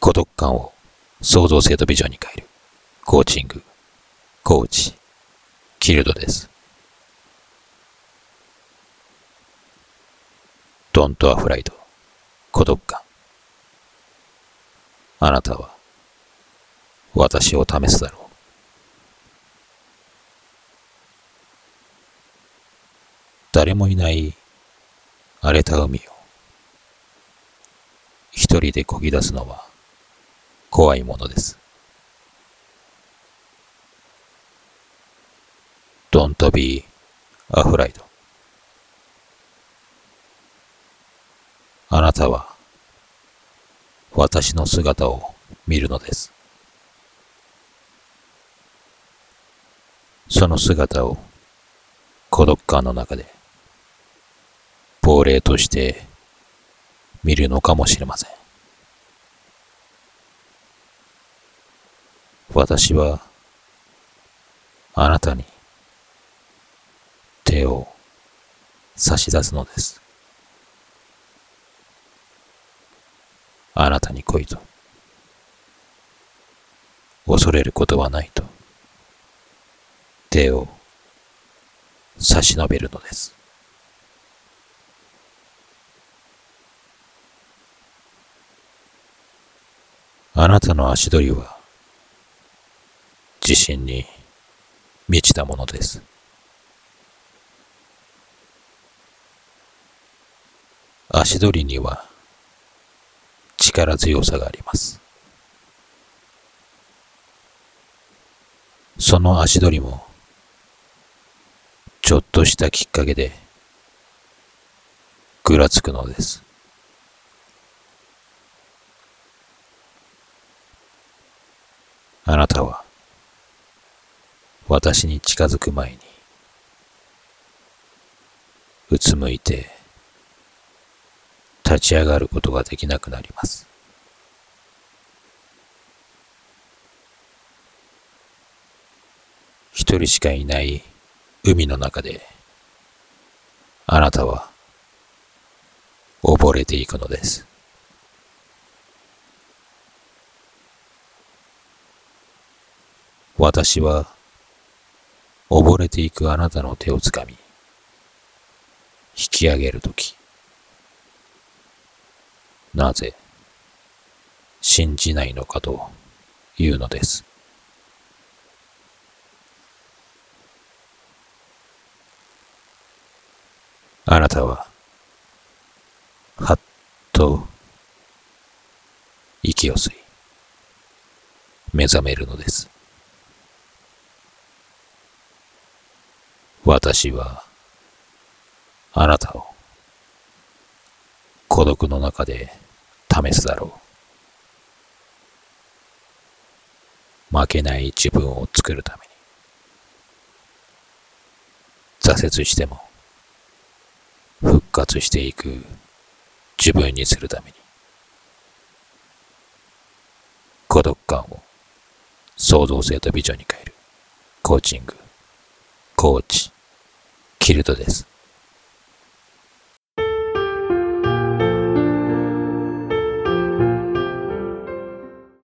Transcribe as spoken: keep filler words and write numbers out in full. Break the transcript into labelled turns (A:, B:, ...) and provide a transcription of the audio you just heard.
A: 孤独感を創造性とビジョンに変えるコーチング、コーチ、キルドです。ドントアフライド、孤独感。あなたは私を試すだろう。誰もいない荒れた海を一人で漕ぎ出すのは怖いものです。Don't be afraid。あなたは私の姿を見るのです。その姿を孤独感の中で亡霊として見るのかもしれません。私はあなたに手を差し出すのです。あなたに来いと。恐れることはないと。手を差し伸べるのです。あなたの足取りは自信に満ちたものです。足取りには力強さがあります。その足取りもちょっとしたきっかけでぐらつくのです。あなたは私に近づく前にうつむいて立ち上がることができなくなります。一人しかいない海の中であなたは溺れていくのです。私は溺れていくあなたの手をつかみ引き上げるとき、なぜ信じないのかというのです。あなたははっと息を吸い目覚めるのです。私はあなたを孤独の中で試すだろう。負けない自分を作るために、挫折しても復活していく自分にするために、孤独感を創造性とビジョンに変えるコーチング、コーチ、キルトです。